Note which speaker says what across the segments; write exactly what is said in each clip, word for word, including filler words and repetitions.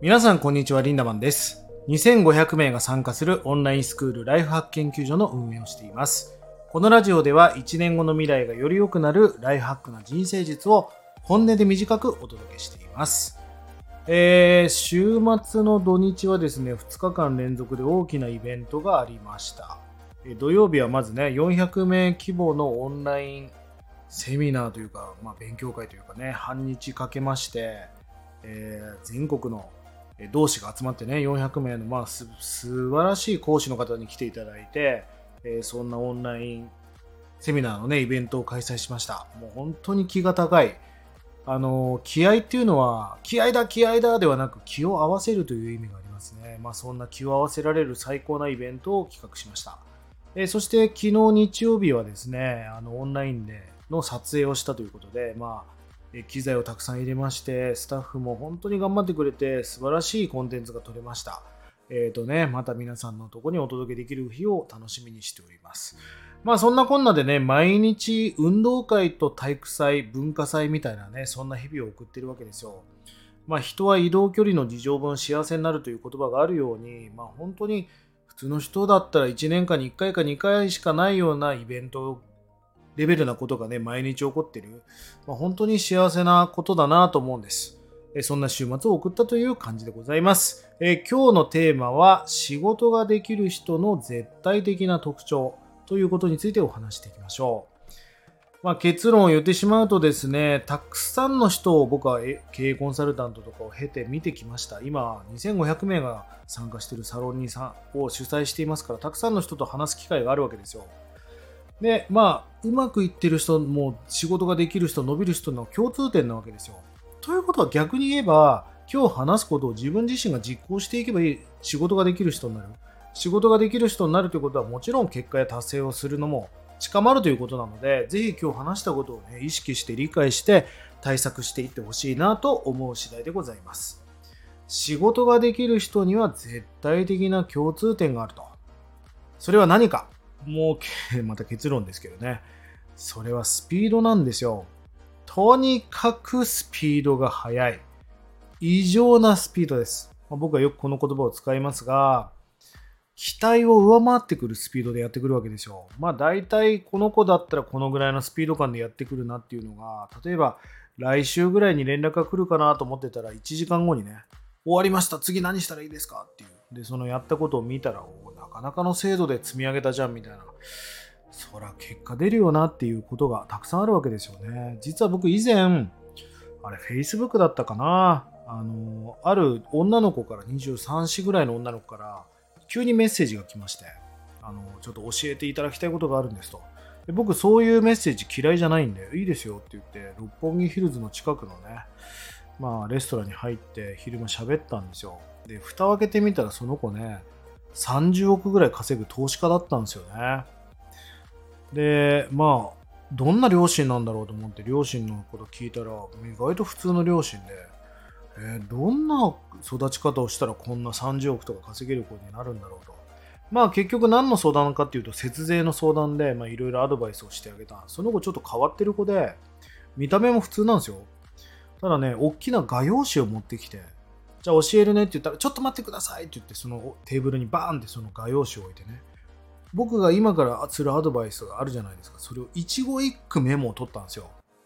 Speaker 1: 皆さんこんにちは、リンダマンです。にせんごひゃくめいが参加するオンラインスクールライフハック研究所の運営をしています。このラジオではいちねんごの未来がより良くなるライフハックな人生術を本音で短くお届けしています。えー、週末の土日はですね、ふつかかん連続で大きなイベントがありました。土曜日はまずね、よんひゃくめい規模のオンラインセミナーというか、まあ、勉強会というかね、半日かけまして、えー、全国の同志が集まってね、よんひゃくめいの、まあ、す素晴らしい講師の方に来ていただいて、えー、そんなオンラインセミナーのね、イベントを開催しました。もう本当に気が高い。あの、気合っていうのは、気合だ、気合だではなく、気を合わせるという意味がありますね。まあ、そんな気を合わせられる最高なイベントを企画しました。えー、そして昨日日曜日はですね、あのオンラインでの撮影をしたということで、まあ、機材をたくさん入れまして、スタッフも本当に頑張ってくれて、素晴らしいコンテンツが撮れました。えっとね、また皆さんのところにお届けできる日を楽しみにしております。まあそんなこんなでね、毎日運動会と体育祭、文化祭みたいなね、そんな日々を送ってるわけですよ。まあ人は移動距離の事情分幸せになるという言葉があるように、まあ本当に普通の人だったらいちねんかんにいっかいかにかいしかないようなイベントレベルなことがね、毎日起こってる。まあ、本当に幸せなことだなと思うんです。えそんな週末を送ったという感じでございます。え今日のテーマは、仕事ができる人の絶対的な特徴ということについてお話していきましょう。まあ、結論を言ってしまうとですね、たくさんの人を僕は経営コンサルタントとかを経て見てきました。今、にせんごひゃくめいが参加しているサロンにさを主催していますから、たくさんの人と話す機会があるわけですよ。で、まあ、うまくいってる人も仕事ができる人、伸びる人の共通点なわけですよ。ということは逆に言えば、今日話すことを自分自身が実行していけばいい、仕事ができる人になる。仕事ができる人になるということはもちろん結果や達成をするのも近まるということなので、ぜひ今日話したことを、ね、意識して理解して対策していってほしいなと思う次第でございます。仕事ができる人には絶対的な共通点があると。それは何か？もう、また結論ですけどね。それはスピードなんですよ。とにかくスピードが速い。異常なスピードです。僕はよくこの言葉を使いますが、期待を上回ってくるスピードでやってくるわけですよ。まあ大体この子だったらこのぐらいのスピード感でやってくるなっていうのが、例えば来週ぐらいに連絡が来るかなと思ってたらいちじかんごにね、終わりました。次何したらいいですかっていう。で、そのやったことを見たら、なかなかの精度で積み上げたじゃんみたいな。そら結果出るよなっていうことがたくさんあるわけですよね。実は僕以前、あれ Facebook だったかな。あの、ある女の子からにじゅうさんさいぐらいの女の子から急にメッセージが来まして、あの、ちょっと教えていただきたいことがあるんですと。で僕そういうメッセージ嫌いじゃないんで、いいですよって言って、六本木ヒルズの近くのね、まあレストランに入って昼間喋ったんですよ。で、蓋を開けてみたらその子ね、さんじゅうおくぐらい稼ぐ投資家だったんですよね。で、まあ、どんな両親なんだろうと思って両親のこと聞いたら、意外と普通の両親で、えー、どんな育ち方をしたらこんなさんじゅうおくとか稼げる子になるんだろうと。まあ結局何の相談かっていうと節税の相談でいろいろアドバイスをしてあげた。その子ちょっと変わってる子で、見た目も普通なんですよ。ただね、大きな画用紙を持ってきて、じゃあ教えるねって言ったら、ちょっと待ってくださいって言って、そのテーブルにバーンってその画用紙を置いてね、僕が今からするアドバイスがあるじゃないですか。それを一語一句メモを取ったんですよ。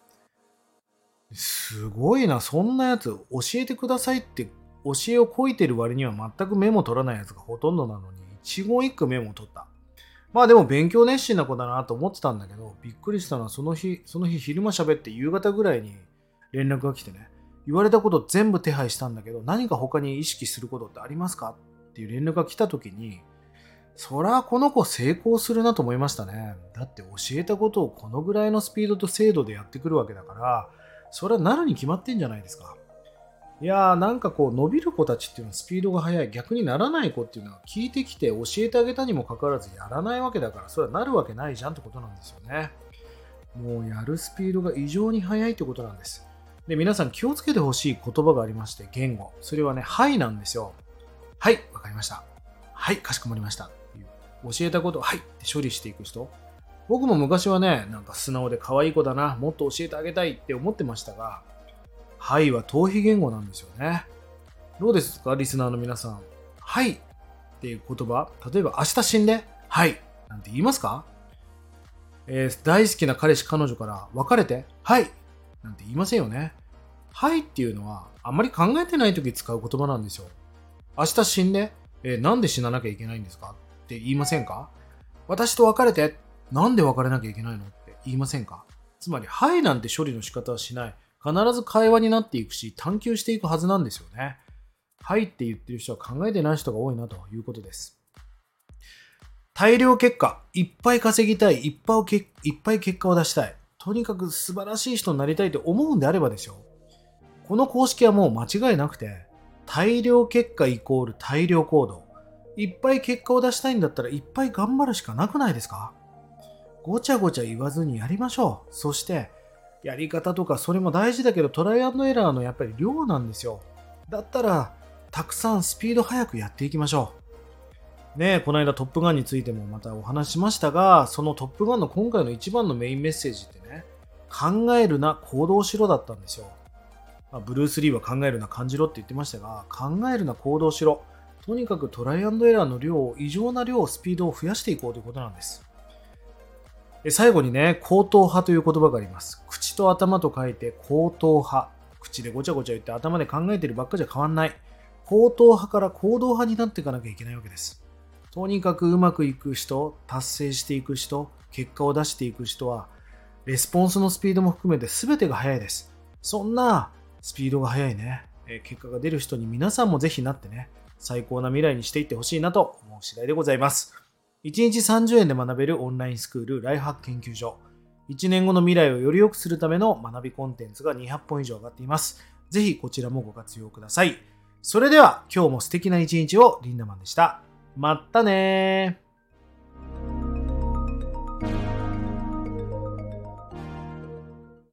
Speaker 1: すごいな、そんなやつ教えてくださいって教えをこいてる割には全くメモ取らないやつがほとんどなのに、一語一句メモを取った。まあでも勉強熱心な子だなと思ってたんだけど、びっくりしたのはその日、その日昼間喋って夕方ぐらいに連絡が来てね、言われたこと全部手配したんだけど、何か他に意識することってありますかっていう連絡が来た時に、そらこの子成功するなと思いましたね。だって教えたことをこのぐらいのスピードと精度でやってくるわけだから、それはなるに決まってんじゃないですか。いやーなんかこう伸びる子たちっていうのはスピードが速い。逆にならない子っていうのは聞いてきて教えてあげたにもかかわらずやらないわけだから、それはなるわけないじゃんってことなんですよね。もうやるスピードが異常に速いってことなんです。で、皆さん気をつけてほしい言葉がありまして、言語。それはね、はいなんですよ。はい、わかりました。はい、かしこまりました。っていう教えたことをはいって処理していく人。僕も昔はね、なんか素直で可愛い子だな、もっと教えてあげたいって思ってましたが、はいは逃避言語なんですよね。 どうですかリスナーの皆さん。はいっていう言葉、例えば明日死んで、はいなんて言いますか？えー大好きな彼氏彼女から別れて、はいなんて言いませんよね。はいっていうのはあんまり考えてない時使う言葉なんですよ。明日死んで、えーなんで死ななきゃいけないんですかって言いませんか？私と別れて、なんで別れなきゃいけないのって言いませんか？つまり、はいなんて処理の仕方はしない。必ず会話になっていくし、探求していくはずなんですよね。はいって言ってる人は考えてない人が多いなということです。大量結果、いっぱい稼ぎたい、いっぱいけいっぱい結果を出したい。とにかく素晴らしい人になりたいと思うんであればですよ。この公式はもう間違いなくて、大量結果イコール大量行動。いっぱい結果を出したいんだったらいっぱい頑張るしかなくないですか？ごちゃごちゃ言わずにやりましょう。そして、やり方とかそれも大事だけどトライアンドエラーのやっぱり量なんですよ。だったら、たくさんスピード速くやっていきましょう。ねえ、この間トップガンについてもまたお話ししましたが、そのトップガンの今回の一番のメインメッセージってね、考えるな、行動しろだったんですよ。まあ、ブルース・リーは考えるな、感じろって言ってましたが、考えるな、行動しろ。とにかくトライアンドエラーの量を、異常な量、スピードを増やしていこうということなんです。で最後にね、口頭派という言葉があります。口と頭と書いて口頭派。口でごちゃごちゃ言って頭で考えてるばっかじゃ変わんない。口頭派から行動派になっていかなきゃいけないわけです。とにかくうまくいく人、達成していく人、結果を出していく人は、レスポンスのスピードも含めて全てが速いです。そんなスピードが速いね、え結果が出る人に皆さんもぜひなってね、最高な未来にしていってほしいなと思う次第でございます。いちにちさんじゅうえんで学べるオンラインスクールライフハック研究所。いちねんごの未来をより良くするための学びコンテンツがにひゃっぽん以上上がっています。ぜひこちらもご活用ください。それでは今日も素敵な一日をリンダマンでした。まったねー。